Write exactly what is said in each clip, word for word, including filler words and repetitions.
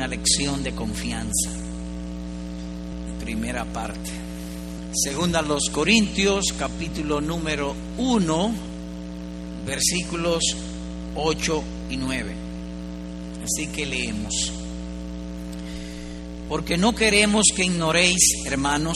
una lección de confianza. Primera parte. Segunda a los Corintios, capítulo número uno, versículos ocho y nueve. Así que leemos. Porque no queremos que ignoréis, hermanos,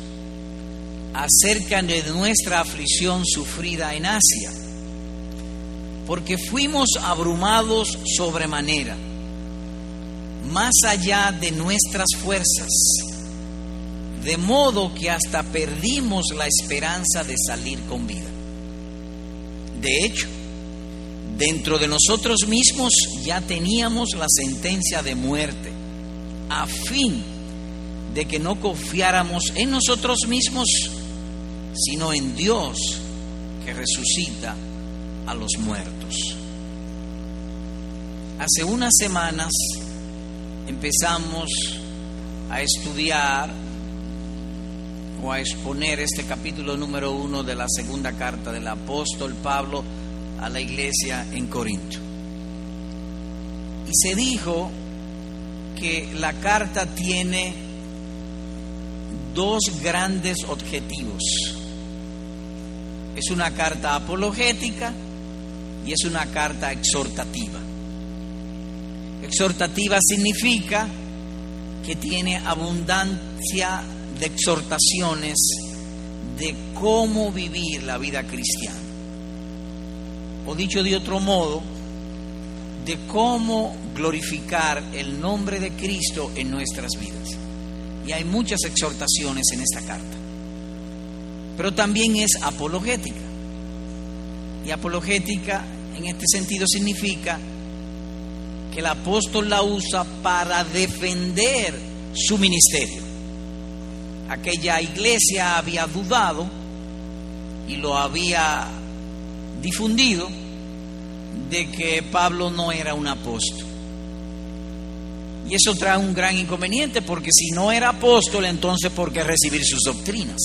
acerca de nuestra aflicción sufrida en Asia, porque fuimos abrumados sobremanera, más allá de nuestras fuerzas, de modo que hasta perdimos la esperanza de salir con vida. De hecho, dentro de nosotros mismos ya teníamos la sentencia de muerte, a fin de que no confiáramos en nosotros mismos, sino en Dios que resucita a los muertos. Hace unas semanas empezamos a estudiar o a exponer este capítulo número uno de la segunda carta del apóstol Pablo a la iglesia en Corinto. Y se dijo que la carta tiene dos grandes objetivos. Es una carta apologética y es una carta exhortativa. Exhortativa significa que tiene abundancia de exhortaciones de cómo vivir la vida cristiana. O dicho de otro modo, de cómo glorificar el nombre de Cristo en nuestras vidas. Y hay muchas exhortaciones en esta carta. Pero también es apologética. Y apologética en este sentido significa que el apóstol la usa para defender su ministerio. Aquella iglesia había dudado y lo había difundido de que Pablo no era un apóstol. Y eso trae un gran inconveniente, porque si no era apóstol, entonces ¿por qué recibir sus doctrinas?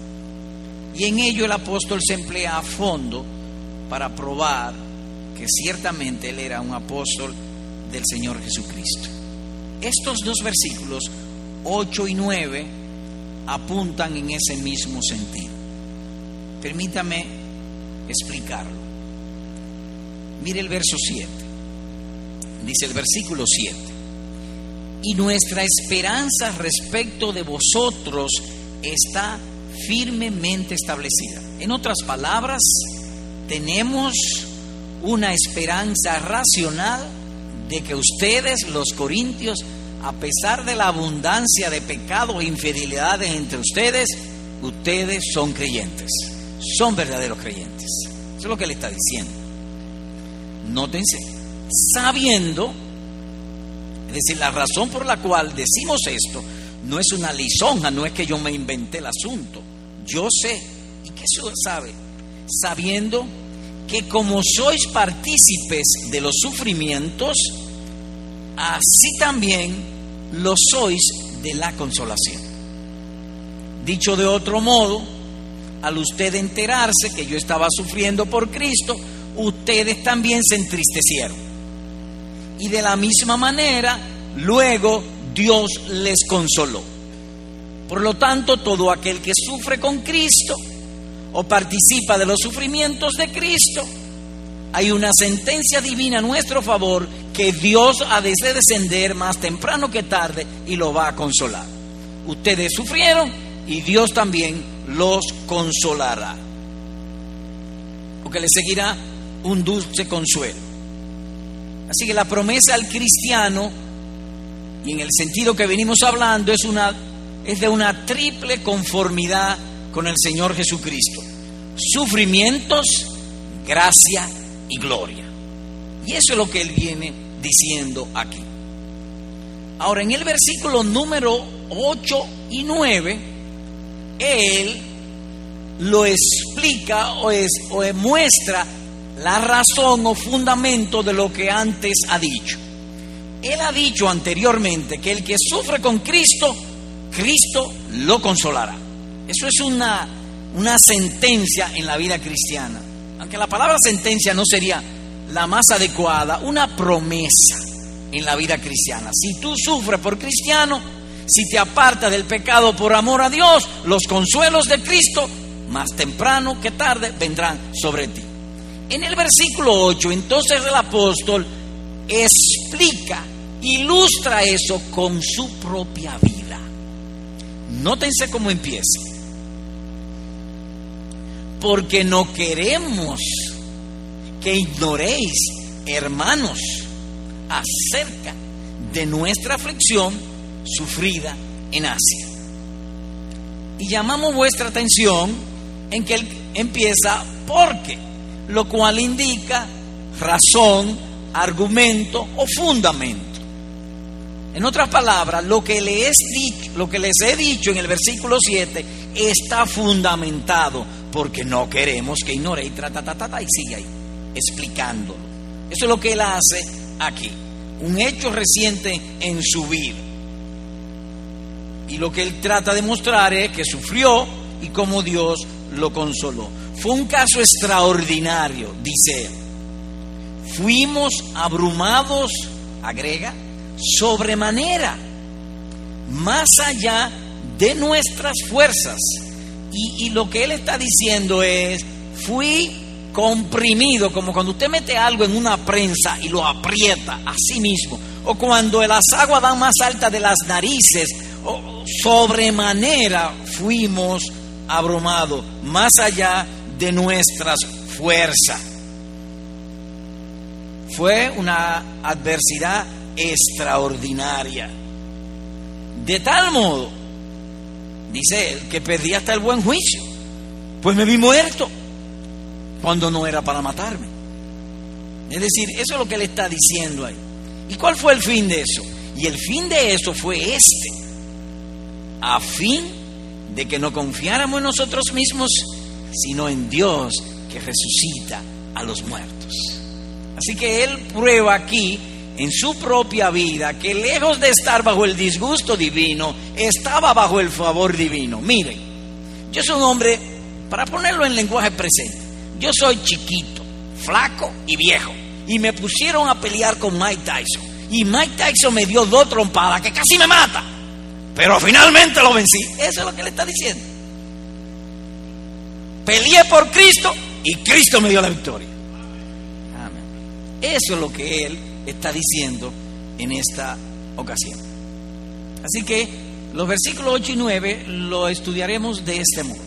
Y en ello el apóstol se emplea a fondo para probar que ciertamente él era un apóstol del Señor Jesucristo. Estos dos versículos, ocho y nueve, apuntan en ese mismo sentido. Permítame explicarlo. Mire el verso siete. Dice el versículo siete: y nuestra esperanza respecto de vosotros está firmemente establecida. En otras palabras, tenemos una esperanza racional de que ustedes, los corintios, a pesar de la abundancia de pecados e infidelidades entre ustedes, ustedes son creyentes, son verdaderos creyentes. Eso es lo que él está diciendo. Nótense, sabiendo, es decir, la razón por la cual decimos esto no es una lisonja, no es que yo me inventé el asunto. Yo sé, y que eso sabe, sabiendo que como sois partícipes de los sufrimientos, así también lo sois de la consolación. Dicho de otro modo, al usted enterarse que yo estaba sufriendo por Cristo, ustedes también se entristecieron. Y de la misma manera, luego Dios les consoló. Por lo tanto, todo aquel que sufre con Cristo o participa de los sufrimientos de Cristo, hay una sentencia divina a nuestro favor que Dios ha de descender más temprano que tarde y lo va a consolar. Ustedes sufrieron y Dios también los consolará, porque les seguirá un dulce consuelo. Así que la promesa al cristiano, y en el sentido que venimos hablando, es una es de una triple conformidad con el Señor Jesucristo: sufrimientos, gracia y gloria. Y eso es lo que él viene diciendo aquí. Ahora, en el versículo número ocho y nueve, él lo explica o, es, o muestra la razón o fundamento de lo que antes ha dicho. Él ha dicho anteriormente que el que sufre con Cristo, Cristo lo consolará. Eso es una, una sentencia en la vida cristiana. Aunque la palabra sentencia no sería la más adecuada, una promesa. en la vida cristiana. Si tú sufres por cristiano, si te apartas del pecado por amor a Dios, los consuelos de Cristo, más temprano que tarde, vendrán sobre ti. En el versículo ocho, entonces el apóstol explica, ilustra eso con su propia vida. Nótense cómo empieza. Porque no queremos que ignoréis, hermanos, acerca de nuestra aflicción sufrida en Asia. Y llamamos vuestra atención en que él empieza porque, lo cual indica razón, argumento o fundamento. En otras palabras, lo que les, dicho, lo que les he dicho en el versículo siete está fundamentado, porque no queremos que ignoréis, ta, ta, ta, ta, ta, y sigue ahí, explicándolo. Eso es lo que él hace aquí, un hecho reciente en su vida. Y lo que él trata de mostrar es que sufrió y cómo Dios lo consoló. Fue un caso extraordinario, dice él. Fuimos abrumados, agrega, sobremanera, más allá de nuestras fuerzas. Y, y lo que él está diciendo es, fui comprimido, como cuando usted mete algo en una prensa y lo aprieta así mismo, o cuando las aguas van más altas de las narices, o sobremanera fuimos abrumados, más allá de nuestras fuerzas. Fue una adversidad extraordinaria, de tal modo, dice él, que perdí hasta el buen juicio, pues me vi muerto cuando no era para matarme. Es decir, eso es lo que él está diciendo ahí. ¿Y cuál fue el fin de eso? Y el fin de eso fue este: a fin de que no confiáramos en nosotros mismos, sino en Dios que resucita a los muertos. Así que él prueba aquí en su propia vida que, lejos de estar bajo el disgusto divino, estaba bajo el favor divino. Miren, yo soy un hombre, para ponerlo en lenguaje presente, yo soy chiquito, flaco y viejo, y me pusieron a pelear con Mike Tyson, y Mike Tyson me dio dos trompadas que casi me mata, pero finalmente lo vencí. Eso es lo que le está diciendo. Peleé por Cristo y Cristo me dio la victoria. Amén. Eso es lo que él está diciendo en esta ocasión. Así que los versículos ocho y nueve lo estudiaremos de este modo.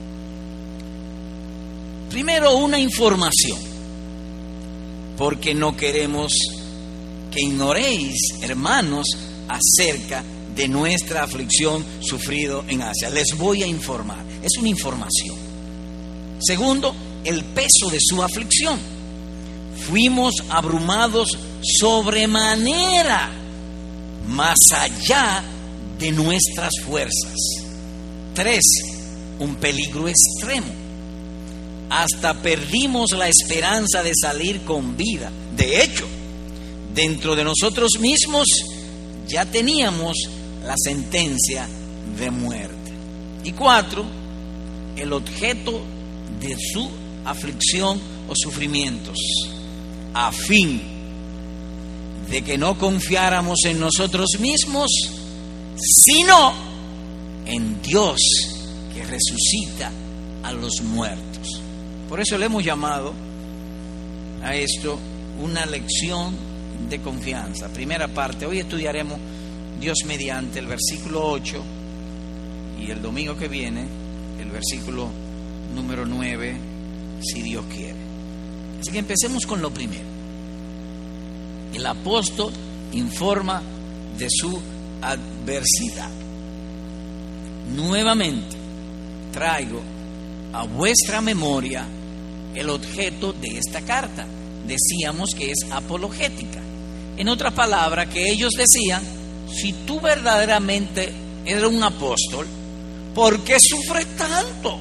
Primero, una información, porque no queremos que ignoréis, hermanos, acerca de nuestra aflicción sufrido en Asia. Les voy a informar, es una información. Segundo, el peso de su aflicción. Fuimos abrumados sobremanera, más allá de nuestras fuerzas. Tres, un peligro extremo. Hasta perdimos la esperanza de salir con vida. De hecho, dentro de nosotros mismos ya teníamos la sentencia de muerte. Y cuatro, el objeto de su aflicción o sufrimientos, a fin de que no confiáramos en nosotros mismos, sino en Dios que resucita a los muertos. Por eso le hemos llamado a esto una lección de confianza. Primera parte, hoy estudiaremos, Dios mediante, el versículo ocho, y el domingo que viene el versículo número nueve, si Dios quiere. Así que empecemos con lo primero. El apóstol informa de su adversidad. Nuevamente traigo a vuestra memoria el objeto de esta carta. Decíamos que es apologética. En otras palabras, que ellos decían, si tú verdaderamente eres un apóstol, ¿por qué sufres tanto?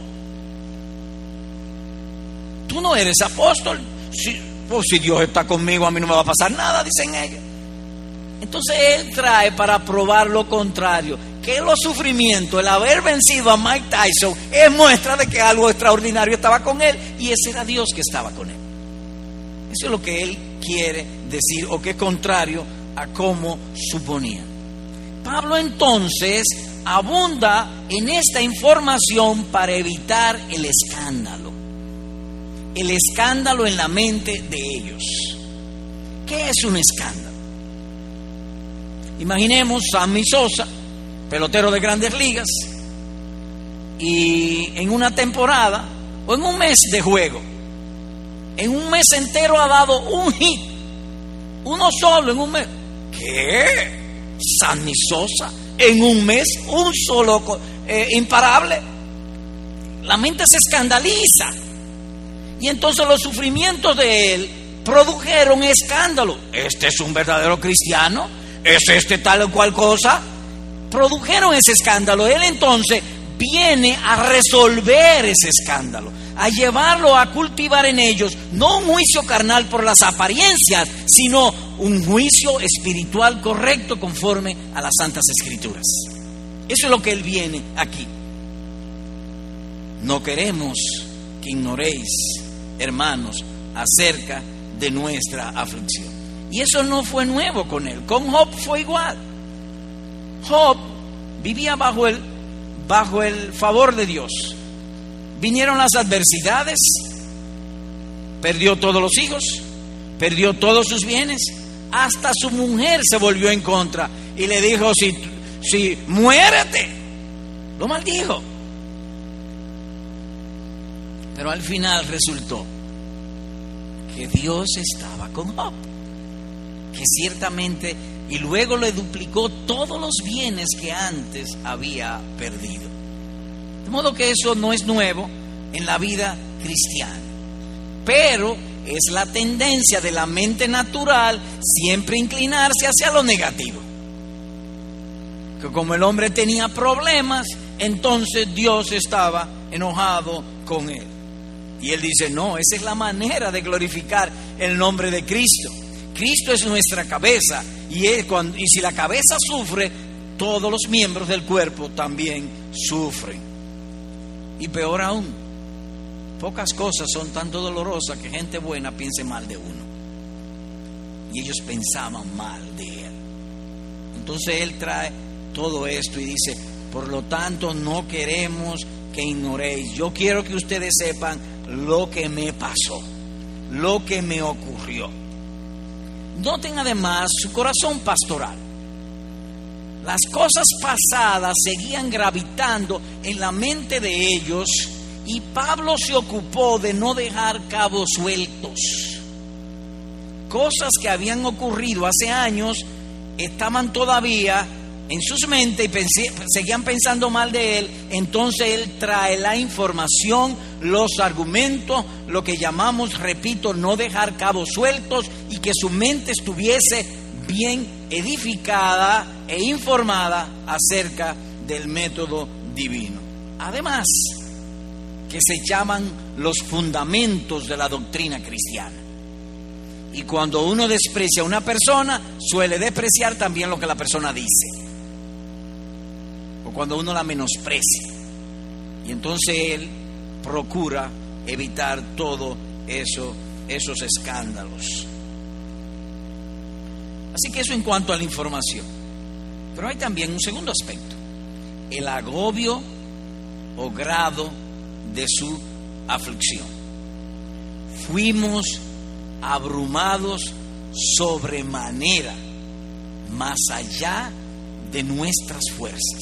Tú no eres apóstol. Si, pues si Dios está conmigo, a mí no me va a pasar nada, dicen ellos. Entonces él trae para probar lo contrario, que los sufrimientos, el haber vencido a Mike Tyson, es muestra de que algo extraordinario estaba con él, y ese era Dios que estaba con él. Eso es lo que él quiere decir, o que es contrario a como suponían. Pablo entonces abunda en esta información para evitar el escándalo. El escándalo en la mente de ellos. ¿Qué es un escándalo? Imaginemos Sammy Sosa, pelotero de Grandes Ligas, y en una temporada o en un mes de juego, en un mes entero ha dado un hit, uno solo en un mes. ¿Qué? Sammy Sosa en un mes, un solo eh, imparable. La mente se escandaliza y entonces los sufrimientos de él produjeron escándalo. Este es un verdadero cristiano, es este tal o cual cosa. Produjeron ese escándalo. Él entonces viene a resolver ese escándalo, a llevarlo a cultivar en ellos no un juicio carnal por las apariencias, sino un juicio espiritual correcto conforme a las Santas Escrituras. Eso es lo que él viene aquí. No queremos que ignoréis, hermanos, acerca de nuestra aflicción. Y eso no fue nuevo con él. Con Job fue igual. Job vivía bajo el bajo el favor de Dios. Vinieron las adversidades, perdió todos los hijos, perdió todos sus bienes, hasta su mujer se volvió en contra y le dijo: si, si muérete, lo maldijo. Pero al final resultó que Dios estaba con Job, que ciertamente, y luego le duplicó todos los bienes que antes había perdido. De modo que eso no es nuevo en la vida cristiana, pero es la tendencia de la mente natural siempre inclinarse hacia lo negativo. Que como el hombre tenía problemas, entonces Dios estaba enojado con él. Y él dice: no, esa es la manera de glorificar el nombre de Cristo. Cristo es nuestra cabeza, y, él, cuando, y si la cabeza sufre, todos los miembros del cuerpo también sufren. Y peor aún, pocas cosas son tan dolorosas que gente buena piense mal de uno. Y ellos pensaban mal de él. Entonces él trae todo esto y dice: por lo tanto, no queremos que ignoréis. Yo quiero que ustedes sepan lo que me pasó, lo que me ocurrió. Noten además su corazón pastoral. Las cosas pasadas seguían gravitando en la mente de ellos y Pablo se ocupó de no dejar cabos sueltos. Cosas que habían ocurrido hace años estaban todavía en sus mentes y pensé, seguían pensando mal de él. Entonces él trae la información, los argumentos, lo que llamamos, repito, no dejar cabos sueltos, y que su mente estuviese bien edificada e informada acerca del método divino. Además, que se llaman los fundamentos de la doctrina cristiana. Y cuando uno desprecia a una persona, suele despreciar también lo que la persona dice. O cuando uno la menosprecia. Y entonces él procura evitar todo eso, esos escándalos. Así que eso en cuanto a la información. Pero hay también un segundo aspecto: el agobio o grado de su aflicción. Fuimos abrumados sobremanera, más allá de nuestras fuerzas.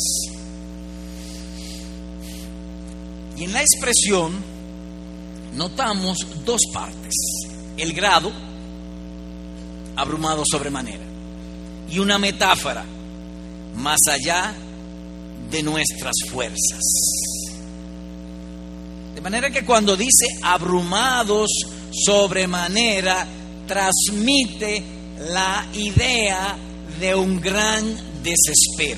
Y en la expresión notamos dos partes: el grado, abrumado sobremanera, y una metáfora: más allá de nuestras fuerzas. De manera que cuando dice abrumados sobremanera, transmite la idea de un gran desespero.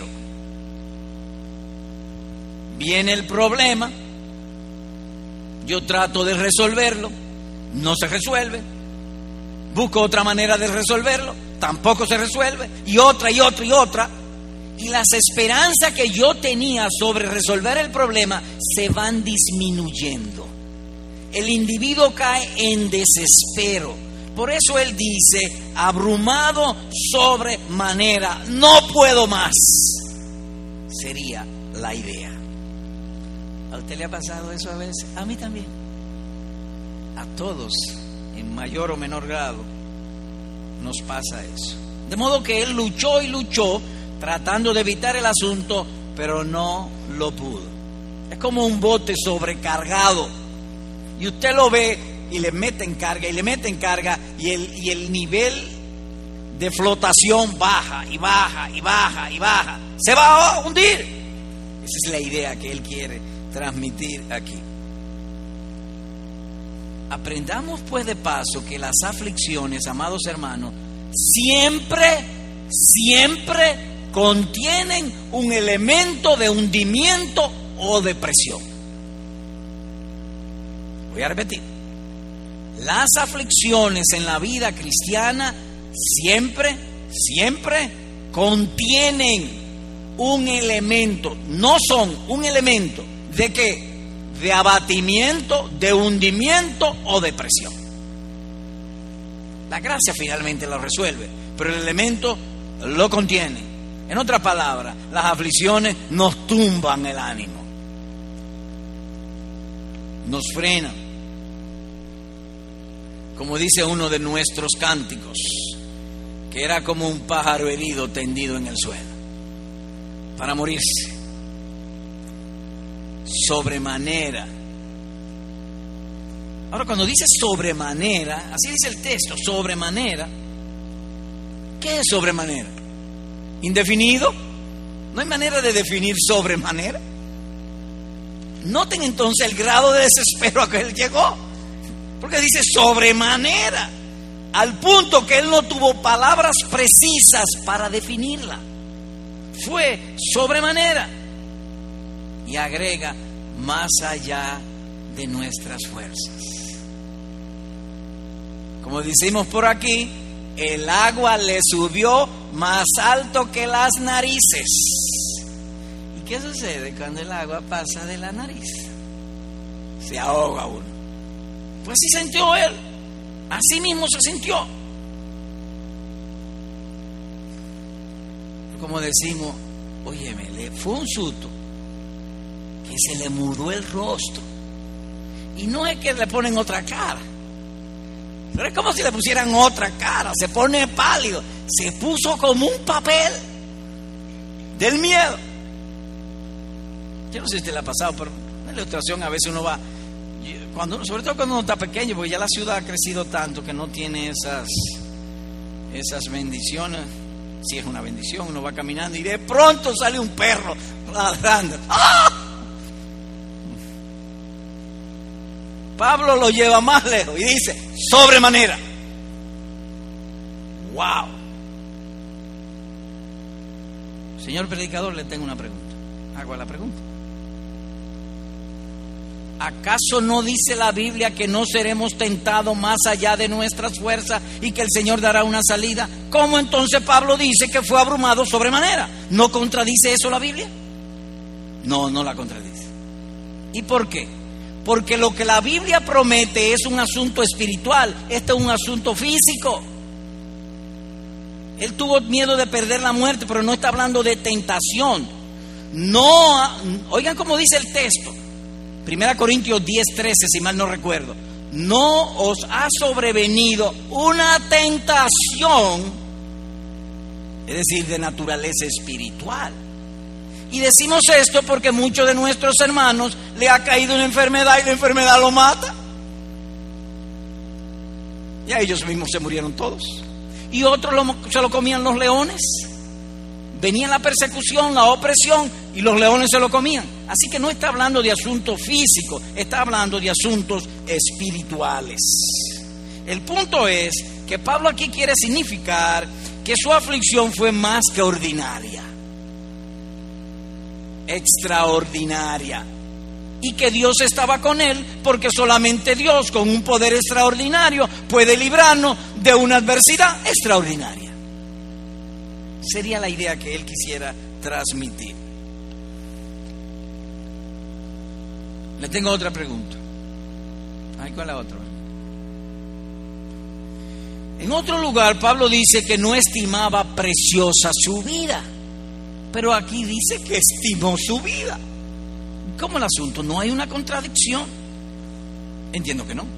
Viene el problema, yo trato de resolverlo, no se resuelve. Busco otra manera de resolverlo, tampoco se resuelve. Y otra, y otra, y otra. Y las esperanzas que yo tenía sobre resolver el problema se van disminuyendo. El individuo cae en desespero. Por eso él dice, abrumado sobremanera, no puedo más. Sería la idea. ¿A usted le ha pasado eso a veces? A mí también. A todos, en mayor o menor grado, nos pasa eso. De modo que él luchó y luchó tratando de evitar el asunto, pero no lo pudo. Es como un bote sobrecargado y usted lo ve y le mete en carga y le mete en carga y el, y el nivel de flotación baja y baja y baja y baja. Se va a hundir. Esa es la idea que él quiere transmitir aquí. Aprendamos pues de paso que las aflicciones, amados hermanos, siempre, siempre contienen un elemento de hundimiento o de presión. Voy a repetir. Las aflicciones en la vida cristiana siempre, siempre contienen un elemento, no son un elemento de qué, de abatimiento, de hundimiento o de presión. La gracia finalmente lo resuelve, pero el elemento lo contiene. En otras palabras, las aflicciones nos tumban el ánimo, nos frenan. Como dice uno de nuestros cánticos, que era como un pájaro herido tendido en el suelo para morirse. Sobremanera. Ahora, cuando dice sobremanera, así dice el texto, sobremanera. ¿Qué es sobremanera? ¿Indefinido? ¿No hay manera de definir sobremanera? Noten entonces el grado de desespero a que él llegó. Porque dice sobremanera, al punto que él no tuvo palabras precisas para definirla. Fue sobremanera. Y agrega, más allá de nuestras fuerzas. Como decimos por aquí, el agua le subió más alto que las narices. ¿Y qué sucede cuando el agua pasa de la nariz? Se ahoga uno. Pues así sintió él, así mismo se sintió. Como decimos, óyeme, le fue un susto que se le mudó el rostro. Y no es que le ponen otra cara, pero es como si le pusieran otra cara. Se pone pálido, se puso como un papel del miedo. Yo no sé si te la ha pasado, pero en la ilustración a veces uno va, cuando, sobre todo cuando uno está pequeño, porque ya la ciudad ha crecido tanto que no tiene esas, esas bendiciones. Si es una bendición, uno va caminando y de pronto sale un perro ladrando. ¡Ah! Pablo lo lleva más lejos y dice, sobremanera. ¡Wow! Señor predicador, le tengo una pregunta. Hago la pregunta. ¿Acaso no dice la Biblia que no seremos tentados más allá de nuestras fuerzas y que el Señor dará una salida? ¿Cómo entonces Pablo dice que fue abrumado sobremanera? ¿No contradice eso la Biblia? No, no la contradice. ¿Y por qué? Porque lo que la Biblia promete es un asunto espiritual, este es un asunto físico. Él tuvo miedo de perder la muerte, pero no está hablando de tentación. No, oigan cómo dice el texto. Primera Corintios diez, trece, si mal no recuerdo. No os ha sobrevenido una tentación, es decir, de naturaleza espiritual. Y decimos esto porque muchos de nuestros hermanos le ha caído una enfermedad y la enfermedad lo mata. Y a ellos mismos se murieron todos. Y otros lo, se lo comían los leones. Venía la persecución, la opresión y los leones se lo comían. Así que no está hablando de asuntos físicos, está hablando de asuntos espirituales. El punto es que Pablo aquí quiere significar que su aflicción fue más que ordinaria, extraordinaria, y que Dios estaba con él porque solamente Dios con un poder extraordinario puede librarnos de una adversidad extraordinaria. Sería la idea que él quisiera transmitir. Le tengo otra pregunta. Ay, ¿cuál es la otra? En otro lugar, Pablo dice que no estimaba preciosa su vida, pero aquí dice que estimó su vida. ¿Cómo el asunto? ¿No hay una contradicción? Entiendo que no.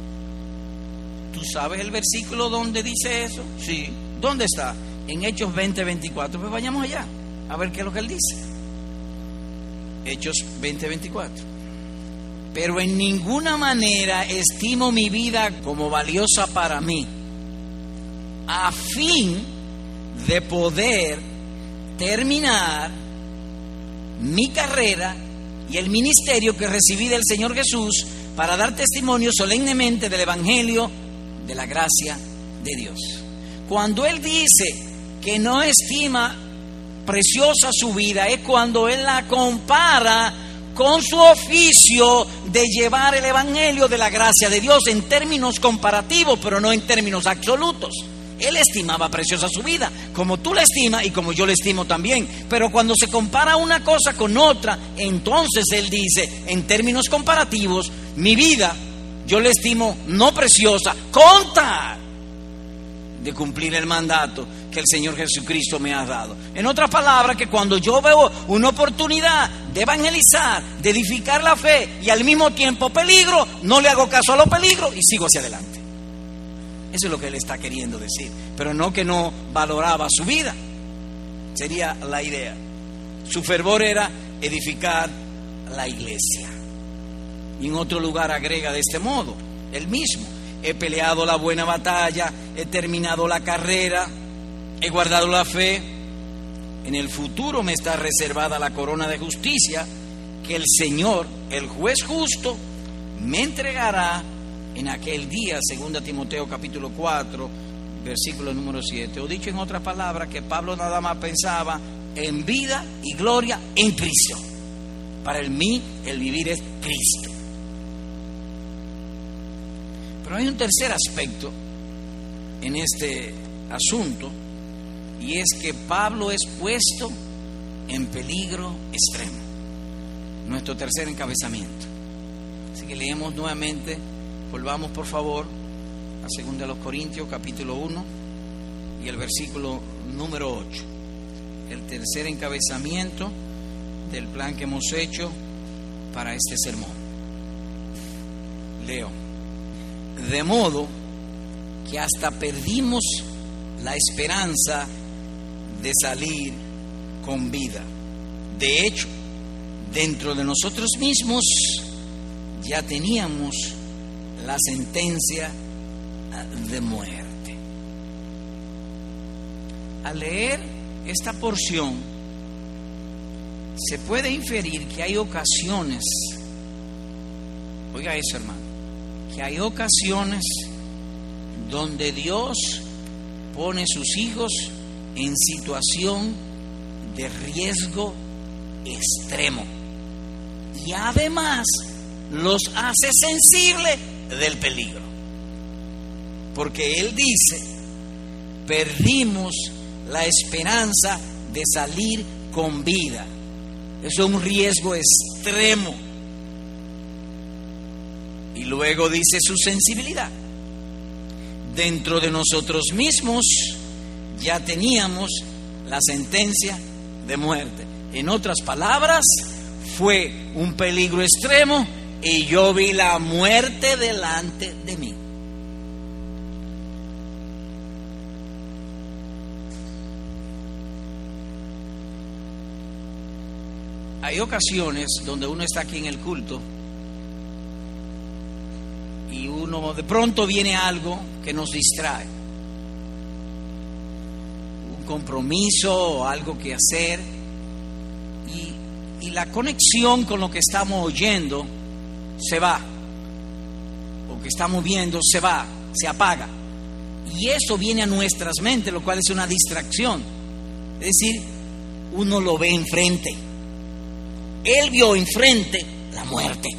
¿Tú sabes el versículo donde dice eso? Sí. ¿Dónde está? En Hechos veinte, veinticuatro. Pues vayamos allá, a ver qué es lo que él dice. Hechos veinte, veinticuatro. Pero en ninguna manera estimo mi vida como valiosa para mí, a fin de poder terminar mi carrera y el ministerio que recibí del Señor Jesús para dar testimonio solemnemente del Evangelio de la gracia de Dios. Cuando él dice que no estima preciosa su vida, es cuando él la compara con su oficio de llevar el Evangelio de la gracia de Dios en términos comparativos, pero no en términos absolutos. Él estimaba preciosa su vida, como tú la estimas y como yo la estimo también. Pero cuando se compara una cosa con otra, entonces él dice, en términos comparativos, mi vida yo la estimo no preciosa, con tal de cumplir el mandato que el Señor Jesucristo me ha dado. En otras palabras, que cuando yo veo una oportunidad de evangelizar, de edificar la fe y al mismo tiempo peligro, no le hago caso a los peligros y sigo hacia adelante. Eso es lo que él está queriendo decir, pero no que no valoraba su vida. Sería la idea. Su fervor era edificar la iglesia. Y en otro lugar agrega de este modo, él mismo: he peleado la buena batalla, he terminado la carrera, he guardado la fe. En el futuro me está reservada la corona de justicia que el Señor, el juez justo, me entregará en aquel día, segunda Timoteo capítulo cuatro, versículo número siete. O dicho en otras palabras, que Pablo nada más pensaba en vida y gloria en Cristo. Para el mí, el vivir es Cristo. Pero hay un tercer aspecto en este asunto, y es que Pablo es puesto en peligro extremo. Nuestro tercer encabezamiento. Así que leemos nuevamente. Volvamos por favor a segunda de los Corintios capítulo uno y el versículo número ocho. El tercer encabezamiento del plan que hemos hecho para este sermón. Leo: de modo que hasta perdimos la esperanza de salir con vida. De hecho, dentro de nosotros mismos ya teníamos la sentencia de muerte. Al leer esta porción, se puede inferir que hay ocasiones, oiga eso hermano, que hay ocasiones donde Dios pone sus hijos en situación de riesgo extremo y además los hace sensibles del peligro, porque él dice: perdimos la esperanza de salir con vida. Eso es un riesgo extremo. Y luego dice su sensibilidad: dentro de nosotros mismos ya teníamos la sentencia de muerte. En otras palabras, fue un peligro extremo y yo vi la muerte delante de mí. Hay ocasiones donde uno está aquí en el culto y uno de pronto viene algo que nos distrae, un compromiso o algo que hacer, y, y la conexión con lo que estamos oyendo se va, o que estamos viendo se va, se apaga, y eso viene a nuestras mentes, lo cual es una distracción. Es decir, uno lo ve enfrente. Él vio enfrente la muerte.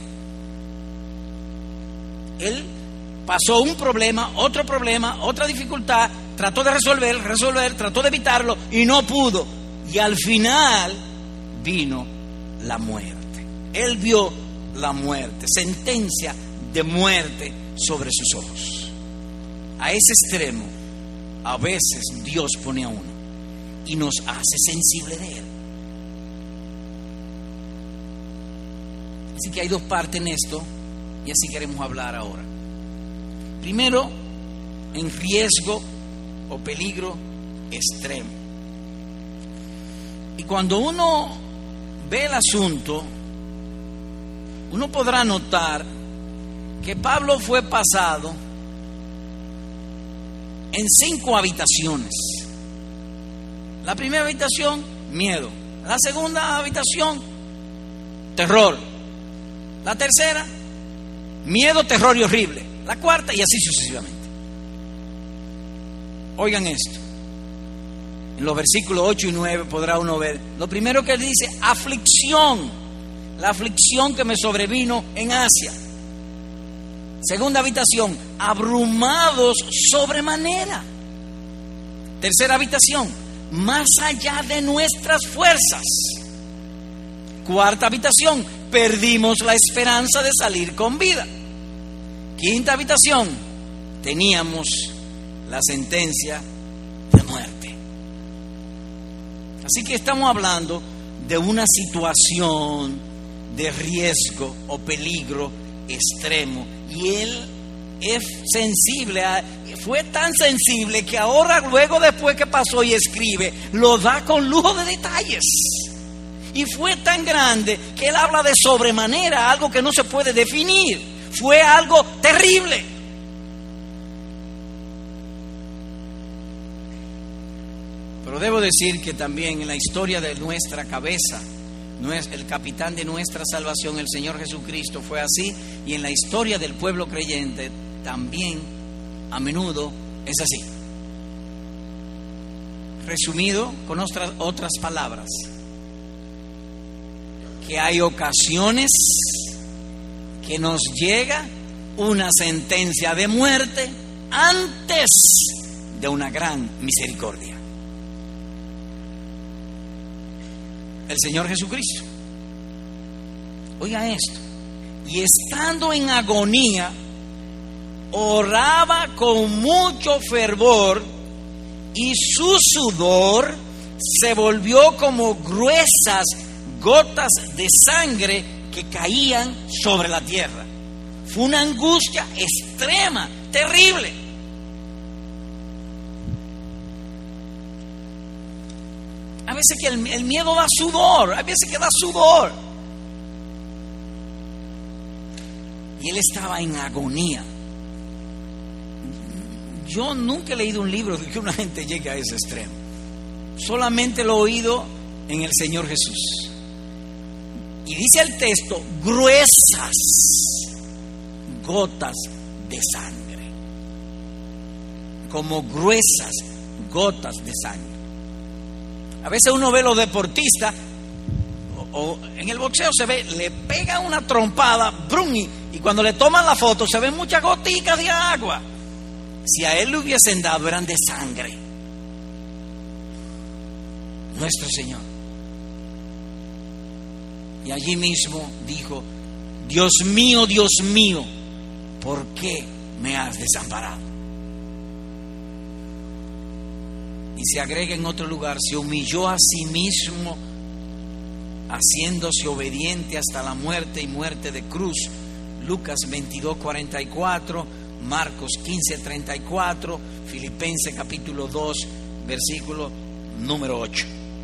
Él pasó un problema, otro problema, otra dificultad, trató de resolver, resolver, trató de evitarlo y no pudo. Y al final vino la muerte. Él vio la muerte, sentencia de muerte sobre sus ojos. a ese extremo, a veces Dios pone a uno y nos hace sensible de Él. Así que hay dos partes en esto y así queremos hablar ahora. Primero, en riesgo o peligro extremo. Y cuando uno ve el asunto, uno podrá notar que Pablo fue pasado en cinco habitaciones. La primera habitación, miedo. La segunda habitación, terror. La tercera, miedo, terror y horrible. La cuarta, y así sucesivamente. Oigan esto. En los versículos ocho y nueve podrá uno ver. Lo primero que él dice, aflicción. La aflicción que me sobrevino en Asia. Segunda habitación, abrumados sobremanera. Tercera habitación, más allá de nuestras fuerzas. Cuarta habitación, perdimos la esperanza de salir con vida. Quinta habitación, teníamos la sentencia de muerte. Así que estamos hablando de una situación de riesgo o peligro extremo. Y él es sensible, a, fue tan sensible que ahora, luego después que pasó y escribe, lo da con lujo de detalles. Y fue tan grande que él habla de sobremanera, algo que no se puede definir. Fue algo terrible. Pero debo decir que también en la historia de nuestra cabeza, el capitán de nuestra salvación, el Señor Jesucristo, fue así, y en la historia del pueblo creyente también a menudo es así. Resumido con otras, otras palabras, que hay ocasiones que nos llega una sentencia de muerte antes de una gran misericordia. El Señor Jesucristo, oiga esto, y estando en agonía, oraba con mucho fervor, y su sudor se volvió como gruesas gotas de sangre que caían sobre la tierra. Fue una angustia extrema, terrible. A veces que el, el miedo da sudor, a veces que da sudor. Y él estaba en agonía. Yo nunca he leído un libro de que una gente llegue a ese extremo. Solamente lo he oído en el Señor Jesús. Y dice el texto, gruesas gotas de sangre. Como gruesas gotas de sangre. A veces uno ve a los deportistas, o, o en el boxeo se ve, le pega una trompada, brum, y, y cuando le toman la foto se ven muchas goticas de agua. Si a él le hubiesen dado, eran de sangre. Nuestro Señor. Y allí mismo dijo, Dios mío, Dios mío, ¿por qué me has desamparado? Y se agrega en otro lugar, se humilló a sí mismo, haciéndose obediente hasta la muerte y muerte de cruz. Lucas veintidós, cuarenta y cuatro, Marcos quince, treinta y cuatro, Filipenses capítulo dos, versículo número ocho.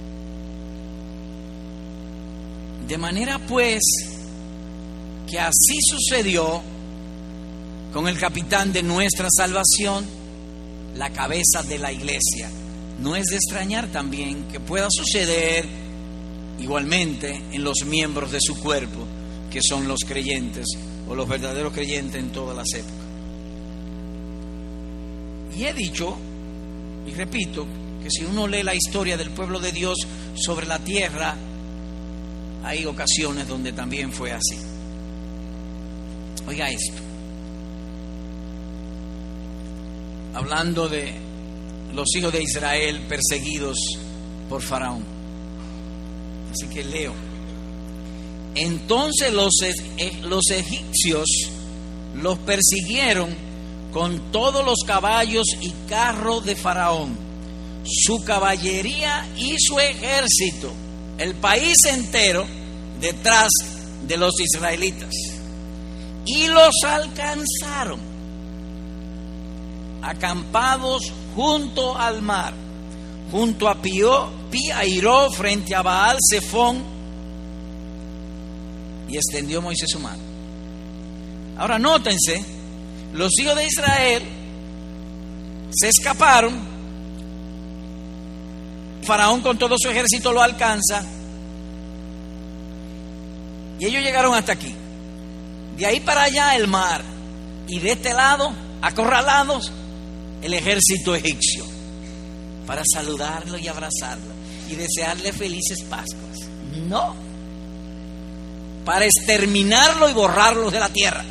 De manera pues que así sucedió con el capitán de nuestra salvación, la cabeza de la iglesia. No es de extrañar también que pueda suceder igualmente en los miembros de su cuerpo, que son los creyentes o los verdaderos creyentes en todas las épocas. Y he dicho, y repito, que si uno lee la historia del pueblo de Dios sobre la tierra, hay ocasiones donde también fue así. Oiga esto. Hablando de los hijos de Israel perseguidos por Faraón. Así que leo. Entonces los, los egipcios los persiguieron con todos los caballos y carros de Faraón, su caballería y su ejército, el país entero detrás de los israelitas. Y los alcanzaron, acampados junto al mar, junto a Pío, Pi-Hairó, frente a Baal Zephón, y extendió Moisés su mano. Ahora nótense, los hijos de Israel se escaparon, Faraón con todo su ejército lo alcanza, y ellos llegaron hasta aquí. De ahí para allá el mar, y de este lado, acorralados, el ejército egipcio, para saludarlo y abrazarlo y desearle felices Pascuas. No, para exterminarlo y borrarlo de la tierra.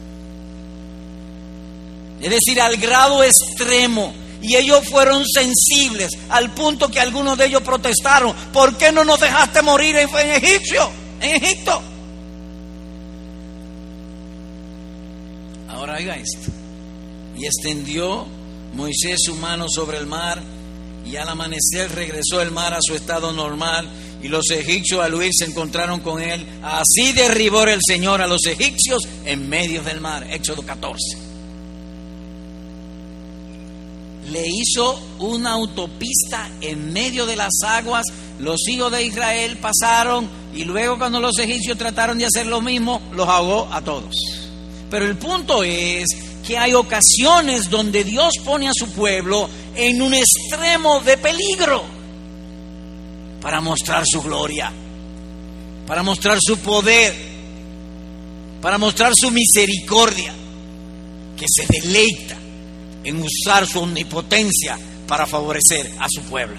Es decir, al grado extremo. Y ellos fueron sensibles al punto que algunos de ellos protestaron: ¿por qué no nos dejaste morir en, en Egipcio, en Egipto? Ahora oiga esto. Y extendió Moisés su mano sobre el mar, y al amanecer regresó el mar a su estado normal, y los egipcios al huir se encontraron con él. Así derribó el Señor a los egipcios en medio del mar. Éxodo catorce. Le hizo una autopista en medio de las aguas. Los hijos de Israel pasaron, y luego cuando los egipcios trataron de hacer lo mismo, los ahogó a todos. Pero el punto es que hay ocasiones donde Dios pone a su pueblo en un extremo de peligro para mostrar su gloria, para mostrar su poder, para mostrar su misericordia, que se deleita en usar su omnipotencia para favorecer a su pueblo.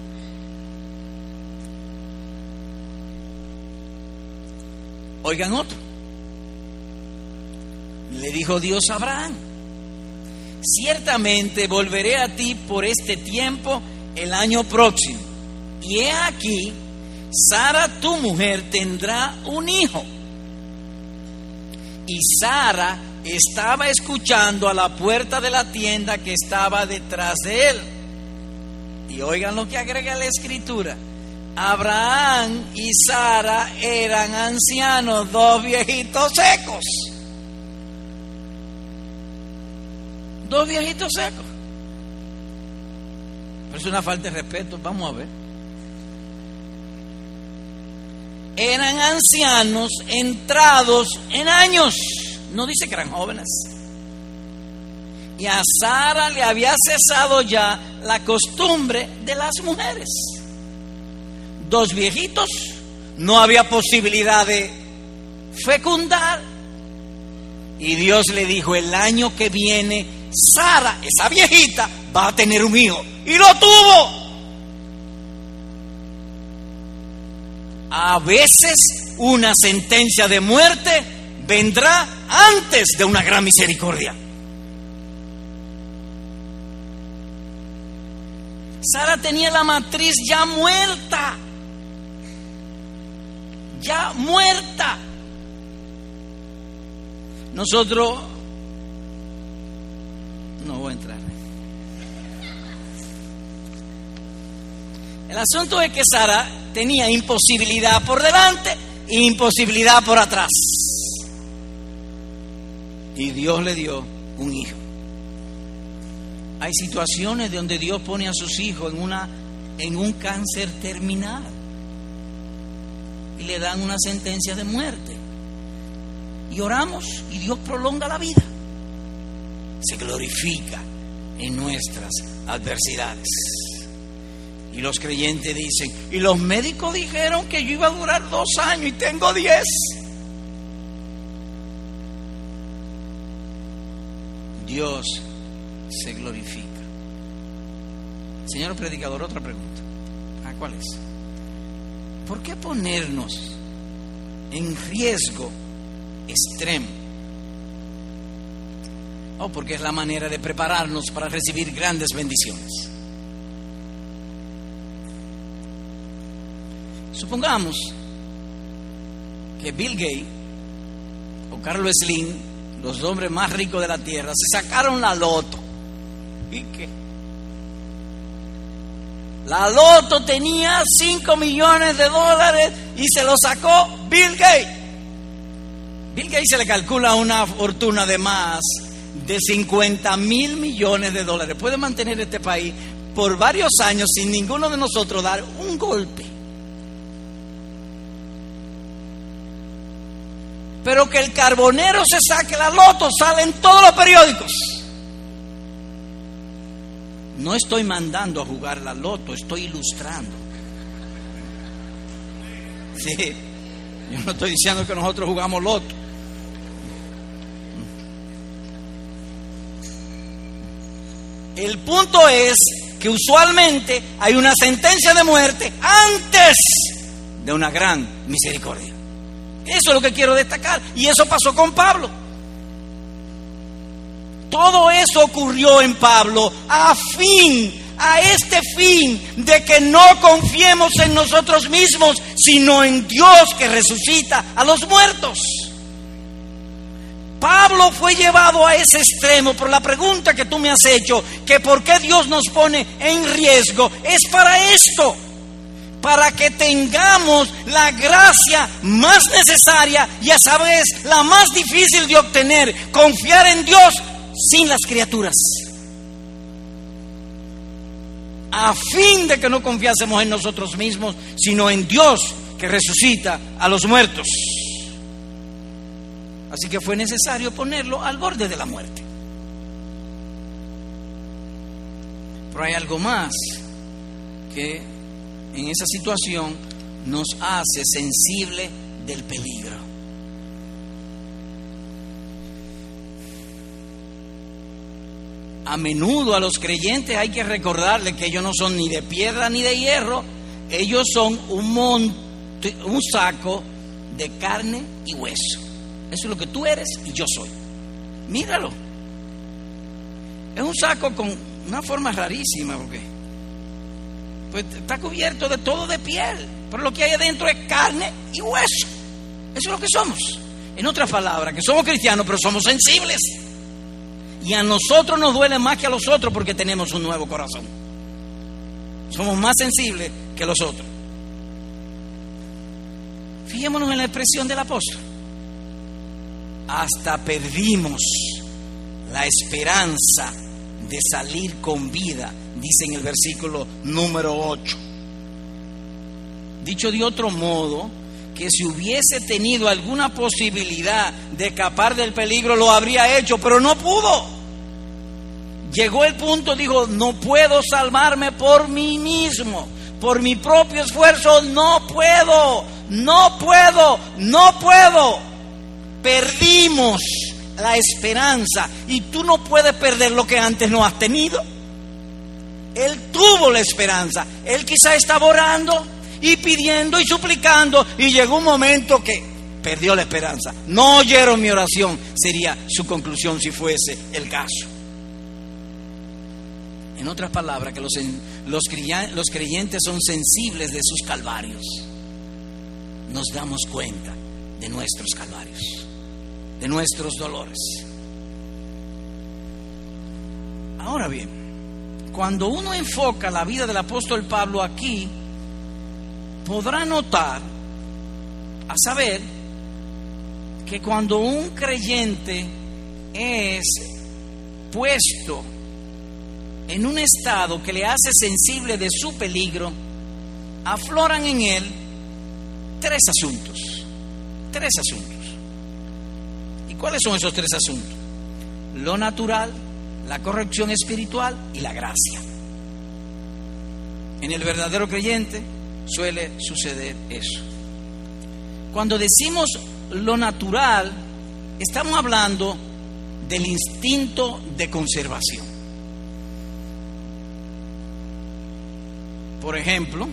Oigan otro. Le dijo Dios a Abraham: ciertamente volveré a ti por este tiempo el año próximo, y he aquí, Sara tu mujer tendrá un hijo. Y Sara estaba escuchando a la puerta de la tienda que estaba detrás de él. Y oigan lo que agrega la escritura: Abraham y Sara eran ancianos, dos viejitos secos. Dos viejitos secos. Pero es una falta de respeto. Vamos a ver. Eran ancianos entrados en años. No dice que eran jóvenes. Y a Sara le había cesado ya la costumbre de las mujeres. Dos viejitos, no había posibilidad de fecundar. Y Dios le dijo: el año que viene Sara, esa viejita, va a tener un hijo. Y lo tuvo. A veces una sentencia de muerte vendrá antes de una gran misericordia. Sara tenía la matriz ya muerta. Ya muerta. Nosotros no voy a entrar. El asunto es que Sara tenía imposibilidad por delante e imposibilidad por atrás. Y Dios le dio un hijo. Hay situaciones donde Dios pone a sus hijos en una en un cáncer terminal y le dan una sentencia de muerte. Y oramos y Dios prolonga la vida. Se glorifica en nuestras adversidades. Y los creyentes dicen: y los médicos dijeron que yo iba a durar dos años y tengo diez. Dios se glorifica. Señor predicador, otra pregunta. ¿Ah, cuál es? ¿Por qué ponernos en riesgo extremo? Oh, porque es la manera de prepararnos para recibir grandes bendiciones. Supongamos que Bill Gates o Carlos Slim los hombres más ricos de la tierra, se sacaron la loto. ¿Y qué? La loto tenía cinco millones de dólares y se lo sacó Bill Gates. Bill Gates se le calcula una fortuna de más de cincuenta mil millones de dólares. Puede mantener este país por varios años sin ninguno de nosotros dar un golpe. Pero que el carbonero se saque la loto, sale en todos los periódicos. No estoy mandando a jugar la loto, estoy ilustrando. Sí, yo no estoy diciendo que nosotros jugamos loto. El punto es que usualmente hay una sentencia de muerte antes de una gran misericordia. Eso es lo que quiero destacar. Y eso pasó con Pablo. Todo eso ocurrió en Pablo a fin, a este fin de que no confiemos en nosotros mismos, sino en Dios que resucita a los muertos. Pablo fue llevado a ese extremo por la pregunta que tú me has hecho, que por qué Dios nos pone en riesgo, es para esto, para que tengamos la gracia más necesaria y a su vez la más difícil de obtener, confiar en Dios sin las criaturas, a fin de que no confiásemos en nosotros mismos, sino en Dios que resucita a los muertos. Así que fue necesario ponerlo al borde de la muerte. Pero hay algo más que en esa situación nos hace sensible del peligro. A menudo a los creyentes hay que recordarles que ellos no son ni de piedra ni de hierro, ellos son un monte, un saco de carne y hueso. Eso es lo que tú eres y yo soy. Míralo. Es un saco con una forma rarísima, porque pues está cubierto de todo de piel, pero lo que hay adentro es carne y hueso. Eso es lo que somos. En otras palabras, que somos cristianos, pero somos sensibles. Y a nosotros nos duele más que a los otros porque tenemos un nuevo corazón. Somos más sensibles que los otros. Fijémonos en la expresión del apóstol. Hasta perdimos la esperanza de salir con vida, dice en el versículo número ocho. Dicho de otro modo, que si hubiese tenido alguna posibilidad de escapar del peligro, lo habría hecho, pero no pudo. Llegó el punto, dijo, no puedo salvarme por mí mismo, por mi propio esfuerzo, no puedo, no puedo, no puedo. Perdimos la esperanza, y tú no puedes perder lo que antes no has tenido. Él tuvo la esperanza, él quizá estaba orando y pidiendo y suplicando, y llegó un momento que perdió la esperanza. No oyeron mi oración, sería su conclusión si fuese el caso. En otras palabras, que los, los, los creyentes son sensibles de sus calvarios. Nos damos cuenta de nuestros calvarios, de nuestros dolores. Ahora bien, cuando uno enfoca la vida del apóstol Pablo aquí, podrá notar, a saber, que cuando un creyente es puesto en un estado que le hace sensible de su peligro, afloran en él tres asuntos. Tres asuntos. ¿Y cuáles son esos tres asuntos? Lo natural, la corrección espiritual y la gracia. En el verdadero creyente suele suceder eso. Cuando decimos lo natural, estamos hablando del instinto de conservación. Por ejemplo,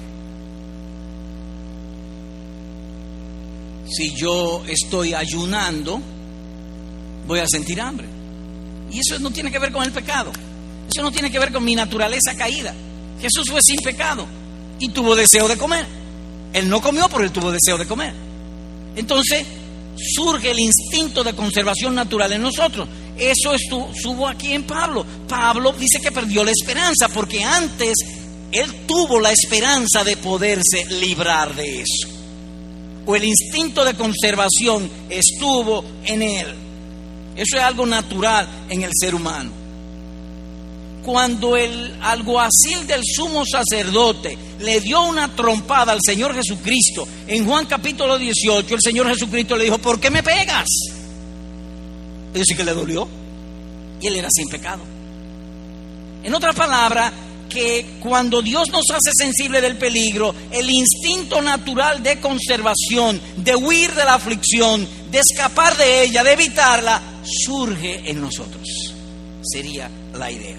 si yo estoy ayunando, voy a sentir hambre. Y eso no tiene que ver con el pecado. Eso no tiene que ver con mi naturaleza caída. Jesús fue sin pecado y tuvo deseo de comer. Él no comió, pero él tuvo deseo de comer. Entonces, surge el instinto de conservación natural en nosotros. Eso estuvo aquí en Pablo. Pablo dice que perdió la esperanza porque antes él tuvo la esperanza de poderse librar de eso. O el instinto de conservación estuvo en él. Eso es algo natural en el ser humano. Cuando el alguacil del sumo sacerdote le dio una trompada al Señor Jesucristo, en Juan capítulo dieciocho, el Señor Jesucristo le dijo: ¿por qué me pegas? Es decir, que le dolió, y él era sin pecado. En otras palabras, que cuando Dios nos hace sensible del peligro, el instinto natural de conservación, de huir de la aflicción, de escapar de ella, de evitarla, surge en nosotros. Sería la idea.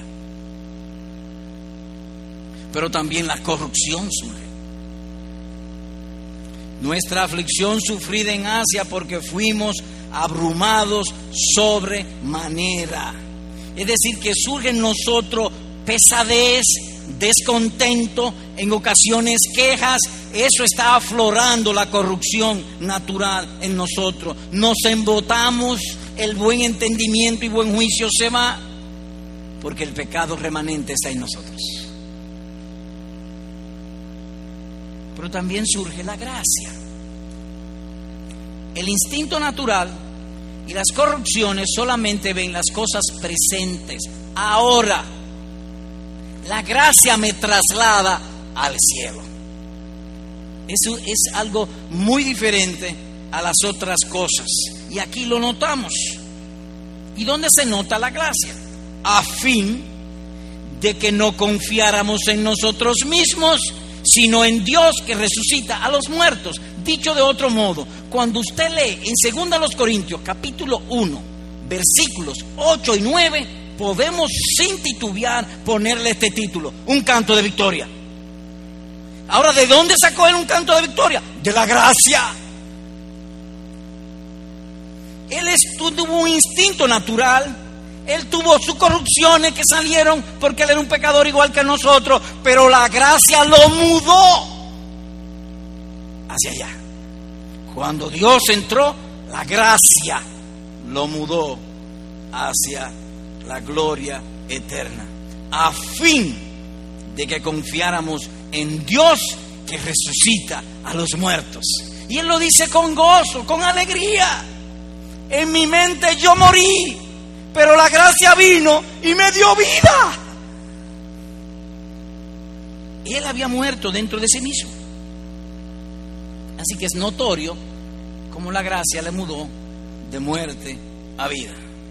Pero también la corrupción surge. Nuestra aflicción sufrida en Asia porque fuimos abrumados sobremanera. Es decir, que surge en nosotros pesadez, descontento, en ocasiones quejas. Eso está aflorando la corrupción natural en nosotros. Nos embotamos, el buen entendimiento y buen juicio se va, porque el pecado remanente está en nosotros. Pero también surge la gracia. El instinto natural y las corrupciones solamente ven las cosas presentes. Ahora, la gracia me traslada al cielo. Eso es algo muy diferente a las otras cosas. Y aquí lo notamos. ¿Y dónde se nota la gracia? A fin de que no confiáramos en nosotros mismos, sino en Dios que resucita a los muertos. Dicho de otro modo, cuando usted lee en segunda los Corintios capítulo uno, versículos ocho y nueve, podemos sin titubear ponerle este título: un canto de victoria. Ahora, ¿de dónde sacó él un canto de victoria? De la gracia. Él tuvo un instinto natural. Él tuvo sus corrupciones que salieron porque él era un pecador igual que nosotros, pero la gracia lo mudó hacia allá. Cuando Dios entró, la gracia lo mudó hacia la gloria eterna, a fin de que confiáramos en Dios que resucita a los muertos. Y él lo dice con gozo, con alegría. En mi mente yo morí, pero la gracia vino y me dio vida. Y él había muerto dentro de sí mismo. Así que es notorio cómo la gracia le mudó de muerte a vida.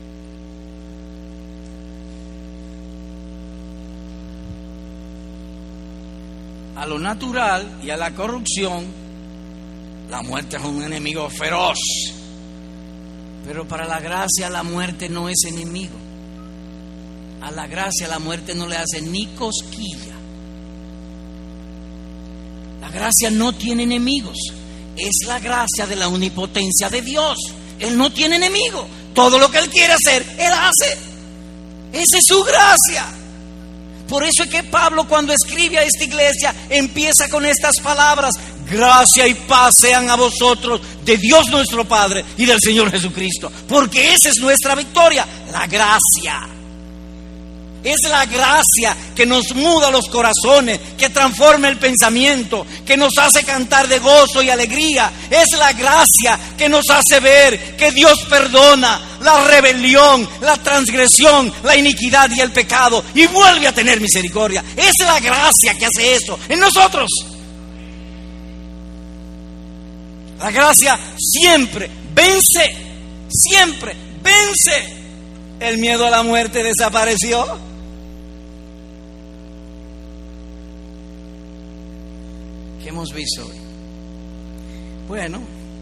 A lo natural y a la corrupción, la muerte es un enemigo feroz. Pero para la gracia la muerte no es enemigo. A la gracia la muerte no le hace ni cosquilla. La gracia no tiene enemigos. Es la gracia de la omnipotencia de Dios. Él no tiene enemigo. Todo lo que Él quiere hacer, Él hace. Esa es su gracia. Por eso es que Pablo, cuando escribe a esta iglesia, empieza con estas palabras: gracia y paz sean a vosotros de Dios nuestro Padre y del Señor Jesucristo. Porque esa es nuestra victoria, la gracia. Es la gracia que nos muda los corazones, que transforma el pensamiento, que nos hace cantar de gozo y alegría. Es la gracia que nos hace ver que Dios perdona la rebelión, la transgresión, la iniquidad y el pecado, y vuelve a tener misericordia. Es la gracia que hace eso en nosotros. La gracia siempre vence, siempre vence. El miedo a la muerte desapareció. ¿Qué hemos visto hoy? Bueno,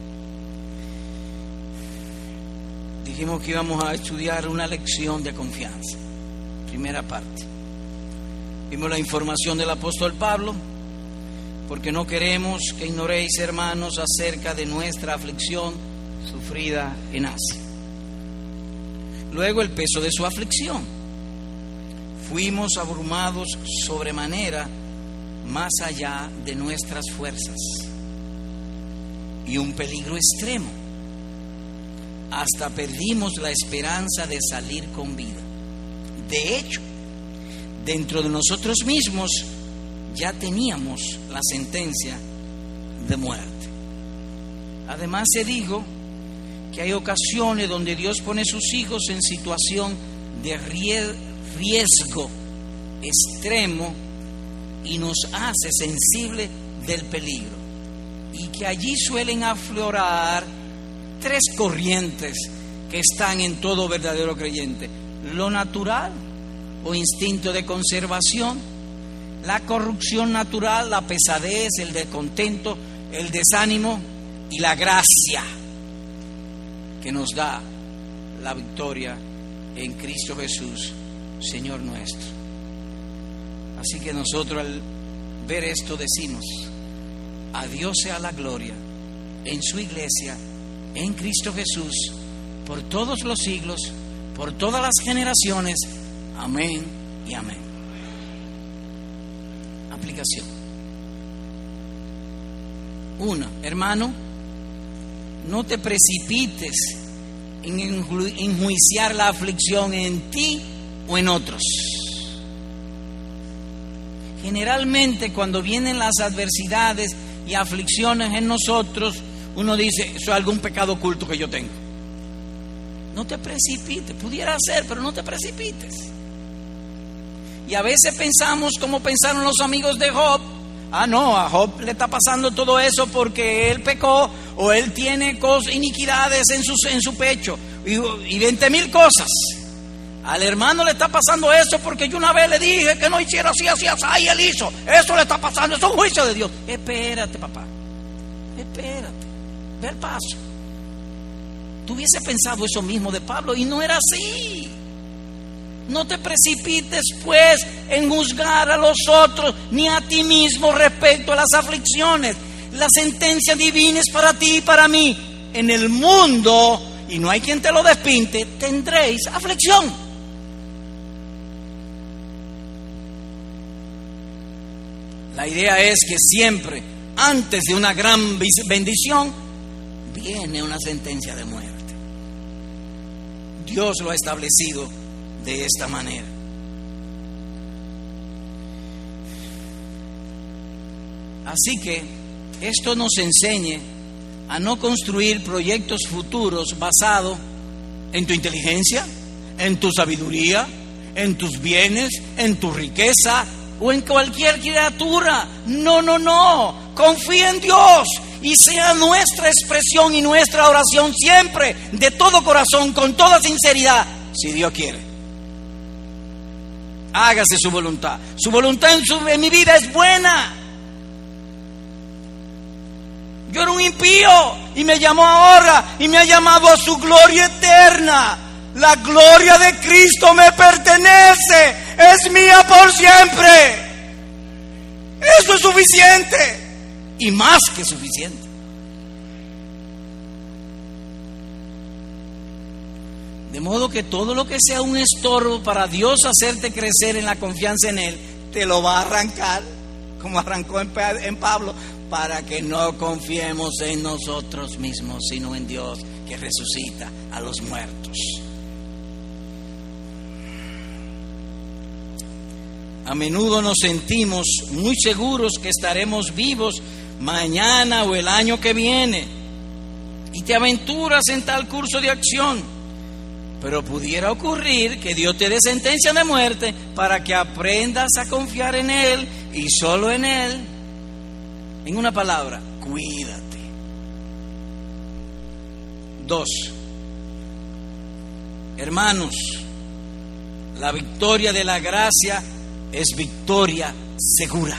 dijimos que íbamos a estudiar una lección de confianza. Primera parte. Vimos la información del apóstol Pablo, porque no queremos que ignoréis, hermanos, acerca de nuestra aflicción sufrida en Asia. Luego, el peso de su aflicción. Fuimos abrumados sobremanera, más allá de nuestras fuerzas, y un peligro extremo. hasta perdimos la esperanza de salir con vida. De hecho, dentro de nosotros mismos ya teníamos la sentencia de muerte. Además, se dijo que hay ocasiones donde Dios pone a sus hijos en situación de riesgo extremo y nos hace sensibles del peligro, y que allí suelen aflorar tres corrientes que están en todo verdadero creyente: lo natural o instinto de conservación, la corrupción natural, la pesadez, el descontento, el desánimo, y la gracia que nos da la victoria en Cristo Jesús, Señor nuestro. Así que nosotros, al ver esto, decimos: a Dios sea la gloria en su iglesia, en Cristo Jesús, por todos los siglos, por todas las generaciones. Amén y amén. Aplicación. Uno, hermano, no te precipites en enjuiciar la aflicción en ti o en otros. Generalmente, cuando vienen las adversidades y aflicciones en nosotros, uno dice: eso es algún pecado oculto que yo tengo. No te precipites, pudiera ser, pero no te precipites. Y a veces pensamos como pensaron los amigos de Job: ah, no, a Job le está pasando todo eso porque él pecó, o él tiene cosas, iniquidades en su, en su pecho, y, y veinte mil cosas. Al hermano le está pasando eso porque yo una vez le dije que no hiciera así, así, así, y él hizo. Eso le está pasando, eso es un juicio de Dios. Espérate, papá, espérate, ve el paso. Tú hubiese pensado eso mismo de Pablo y no era así. No te precipites pues en juzgar a los otros ni a ti mismo respecto a las aflicciones. La sentencia divina es para ti y para mí. En el mundo, y no hay quien te lo despinte, tendréis aflicción. La idea es que siempre, antes de una gran bendición, viene una sentencia de muerte. Dios lo ha establecido de esta manera. Así que esto nos enseña a no construir proyectos futuros basados en tu inteligencia, en tu sabiduría, en tus bienes, en tu riqueza o en cualquier criatura. No, no, no. Confía en Dios y sea nuestra expresión y nuestra oración siempre, de todo corazón, con toda sinceridad: si Dios quiere, hágase su voluntad. Su voluntad en, su, en mi vida es buena. Yo era un impío y me llamó ahora y me ha llamado a su gloria eterna. La gloria de Cristo me pertenece, es mía por siempre. Eso es suficiente y más que suficiente. De modo que todo lo que sea un estorbo para Dios hacerte crecer en la confianza en Él, te lo va a arrancar, como arrancó en Pablo, para que no confiemos en nosotros mismos, sino en Dios que resucita a los muertos. A menudo nos sentimos muy seguros que estaremos vivos mañana o el año que viene, y te aventuras en tal curso de acción. Pero pudiera ocurrir que Dios te dé sentencia de muerte para que aprendas a confiar en Él y solo en Él. En una palabra, cuídate. Dos, hermanos, la victoria de la gracia es victoria segura.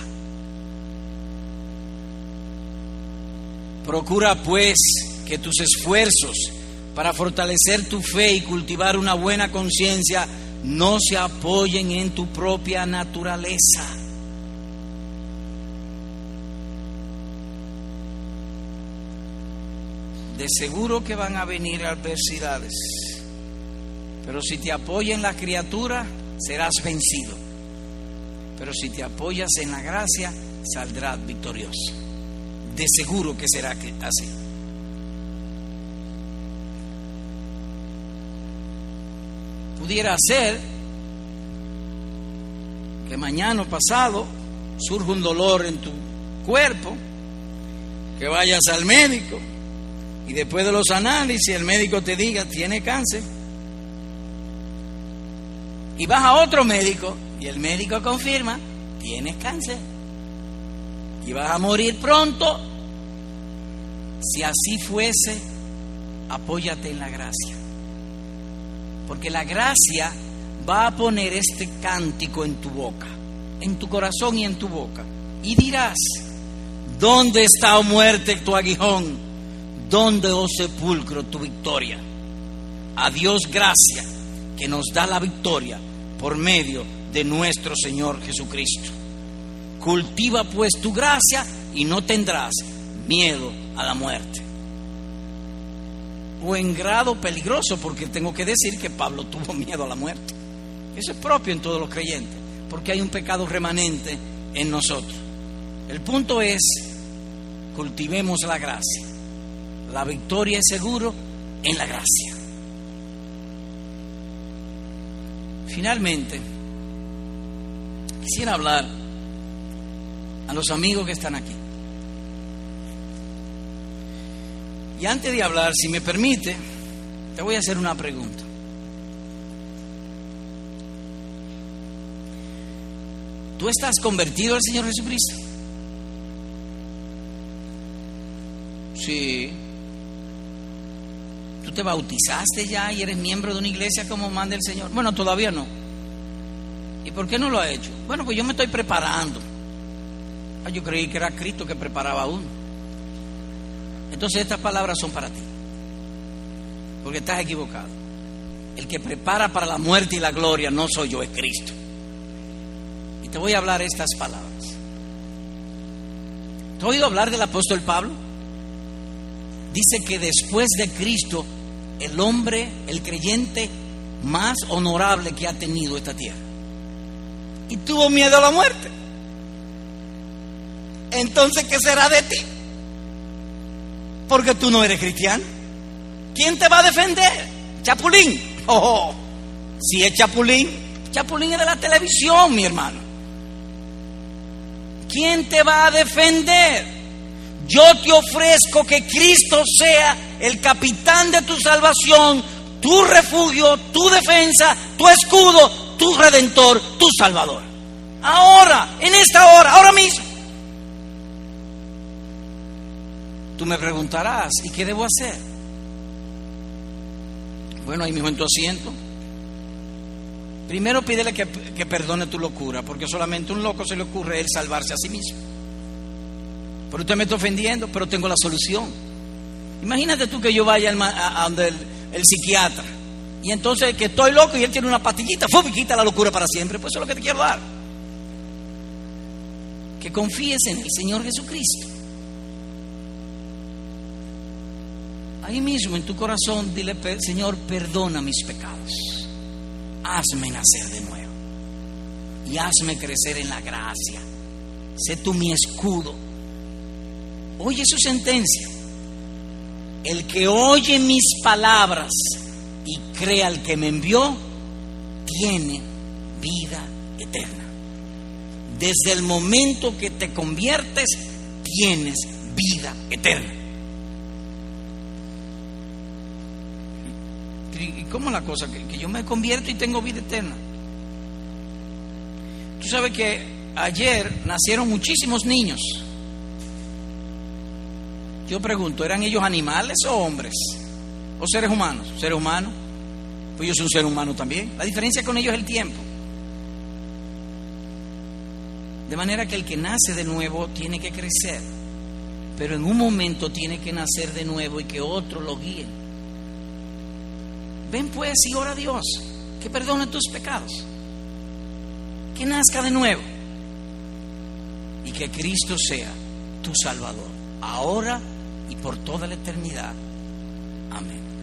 Procura pues que tus esfuerzos para fortalecer tu fe y cultivar una buena conciencia no se apoyen en tu propia naturaleza. De seguro que van a venir adversidades, pero si te apoyas en la criatura, serás vencido. Pero si te apoyas en la gracia, saldrás victorioso. De seguro que será así. Pudiera ser que mañana o pasado surja un dolor en tu cuerpo, que vayas al médico y después de los análisis el médico te diga tiene cáncer, y vas a otro médico y el médico confirma tienes cáncer y vas a morir pronto. Si así fuese, apóyate en la gracia, porque la gracia va a poner este cántico en tu boca, en tu corazón y en tu boca, y dirás: ¿dónde está, oh muerte, tu aguijón? ¿Dónde, oh sepulcro, tu victoria? A Dios gracia, que nos da la victoria por medio de nuestro Señor Jesucristo. Cultiva pues tu gracia y no tendrás miedo a la muerte. O en grado peligroso, porque tengo que decir que Pablo tuvo miedo a la muerte. Eso es propio en todos los creyentes, porque hay un pecado remanente en nosotros. El punto es: cultivemos la gracia. La victoria es seguro en la gracia. Finalmente, quisiera hablar a los amigos que están aquí. Y antes de hablar, si me permite, te voy a hacer una pregunta. ¿Tú estás convertido al Señor Jesucristo? Sí. ¿Tú te bautizaste ya y eres miembro de una iglesia como manda el Señor? Bueno, todavía no. ¿Y por qué no lo ha hecho? Bueno, pues yo me estoy preparando. Ah, yo creí que era Cristo que preparaba a uno. Entonces estas palabras son para ti, porque estás equivocado. El que prepara para la muerte y la gloria no soy yo, es Cristo. Y te voy a hablar estas palabras. ¿Te has oído hablar del apóstol Pablo? Dice que después de Cristo, el hombre, el creyente más honorable que ha tenido esta tierra, y tuvo miedo a la muerte. Entonces, ¿qué será de ti? Porque tú no eres cristiano. ¿Quién te va a defender? Chapulín. Oh, si es Chapulín, Chapulín es de la televisión, mi hermano. ¿Quién te va a defender? Yo te ofrezco que Cristo sea el capitán de tu salvación, tu refugio, tu defensa, tu escudo, tu redentor, tu salvador. Ahora, en esta hora, ahora mismo. Tú me preguntarás, ¿y qué debo hacer? Bueno, ahí mismo en tu asiento. Primero pídele que, que perdone tu locura, porque solamente a un loco se le ocurre él salvarse a sí mismo. Pero usted me está ofendiendo, pero tengo la solución. Imagínate tú que yo vaya al, a, a donde el, el psiquiatra, y entonces que estoy loco y él tiene una pastillita, ¡fum!, y quita la locura para siempre. Pues eso es lo que te quiero dar. Que confíes en el Señor Jesucristo. Ahí mismo en tu corazón dile: Señor, perdona mis pecados, hazme nacer de nuevo y hazme crecer en la gracia. Sé tú mi escudo. Oye su sentencia: el que oye mis palabras y cree al que me envió tiene vida eterna. Desde el momento que te conviertes tienes vida eterna. ¿Y cómo es la cosa? Que, que yo me convierto y tengo vida eterna. Tú sabes que ayer nacieron muchísimos niños. Yo pregunto, ¿eran ellos animales o hombres? ¿O seres humanos? ¿Seres humanos? Pues yo soy un ser humano también. La diferencia con ellos es el tiempo. De manera que el que nace de nuevo tiene que crecer, pero en un momento tiene que nacer de nuevo y que otro lo guíe. Ven pues y ora a Dios que perdone tus pecados, que nazca de nuevo y que Cristo sea tu Salvador, ahora y por toda la eternidad. Amén.